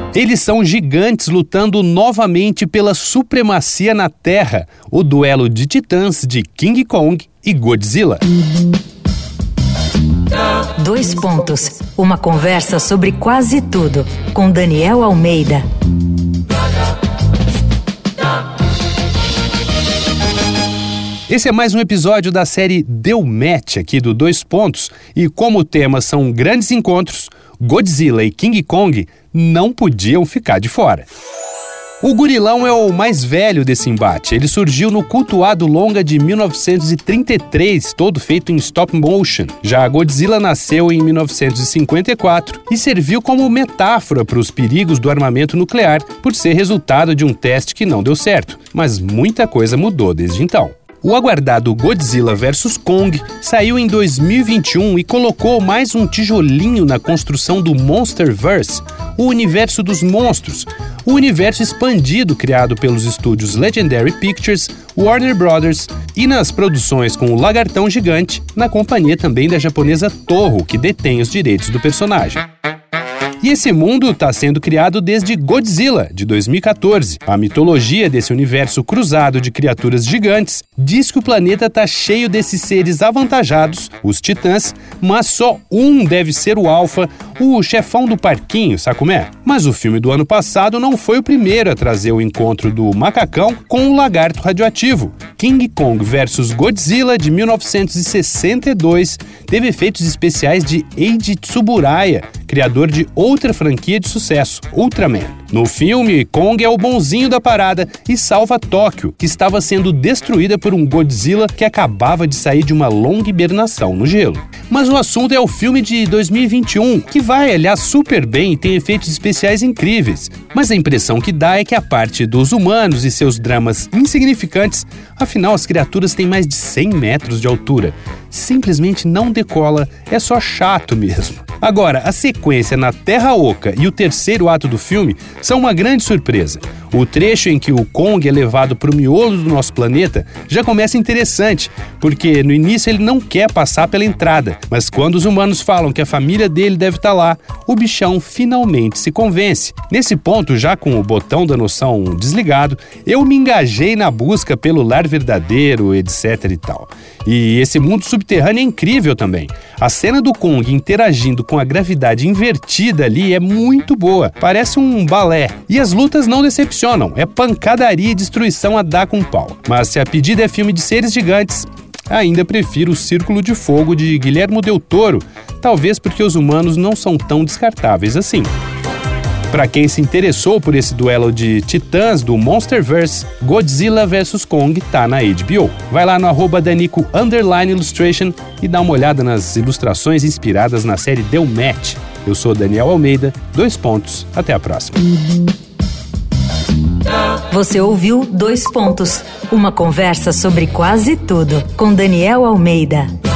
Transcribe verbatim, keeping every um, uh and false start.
Eles são gigantes lutando novamente pela supremacia na Terra. O duelo de titãs de King Kong e Godzilla. Dois pontos. Uma conversa sobre quase tudo com Daniel Almeida. Esse é mais um episódio da série Deu Match aqui do Dois Pontos, e como o tema são grandes encontros, Godzilla e King Kong não podiam ficar de fora. O gorilão é o mais velho desse embate. Ele surgiu no cultuado longa de mil novecentos e trinta e três, todo feito em stop motion. Já a Godzilla nasceu em mil novecentos e cinquenta e quatro e serviu como metáfora para os perigos do armamento nuclear por ser resultado de um teste que não deu certo. Mas muita coisa mudou desde então. O aguardado Godzilla versus Kong saiu em dois mil e vinte e um e colocou mais um tijolinho na construção do Monsterverse, o universo dos monstros, o universo expandido criado pelos estúdios Legendary Pictures, Warner Brothers e nas produções com o Lagartão Gigante, na companhia também da japonesa Toho, que detém os direitos do personagem. E esse mundo está sendo criado desde Godzilla, de dois mil e quatorze. A mitologia desse universo cruzado de criaturas gigantes diz que o planeta está cheio desses seres avantajados, os titãs, mas só um deve ser o alfa, o chefão do parquinho, sabe como é? Mas o filme do ano passado não foi o primeiro a trazer o encontro do macacão com o lagarto radioativo. King Kong versus Godzilla, de mil novecentos e sessenta e dois, teve efeitos especiais de Eiji Tsuburaya, criador de outra franquia de sucesso, Ultraman. No filme, Kong é o bonzinho da parada e salva Tóquio, que estava sendo destruída por um Godzilla que acabava de sair de uma longa hibernação no gelo. Mas o assunto é o filme de dois mil e vinte e um, que vai, aliás, super bem e tem efeitos especiais incríveis. Mas a impressão que dá é que a parte dos humanos e seus dramas insignificantes, afinal as criaturas têm mais de cem metros de altura, simplesmente não decola, é só chato mesmo. Agora, a sequência na Terra Oca e o terceiro ato do filme são uma grande surpresa. O trecho em que o Kong é levado para o miolo do nosso planeta já começa interessante, porque no início ele não quer passar pela entrada, mas quando os humanos falam que a família dele deve estar lá, o bichão finalmente se convence. Nesse ponto, já com o botão da noção desligado, eu me engajei na busca pelo lar verdadeiro, etc e tal. E esse mundo subterrâneo é incrível também. A cena do Kong interagindo com a gravidade invertida ali é muito boa, parece um balé. E as lutas não decepcionam, é pancadaria e destruição a dar com pau. Mas se a pedida é filme de seres gigantes, ainda prefiro o Círculo de Fogo de Guillermo del Toro, talvez porque os humanos não são tão descartáveis assim. Para quem se interessou por esse duelo de titãs do Monsterverse, Godzilla versus Kong tá na H B O. Vai lá no arroba Danico underline illustration e dá uma olhada nas ilustrações inspiradas na série Deu Match. Eu sou Daniel Almeida, dois pontos, até a próxima. Você ouviu Dois Pontos, uma conversa sobre quase tudo com Daniel Almeida.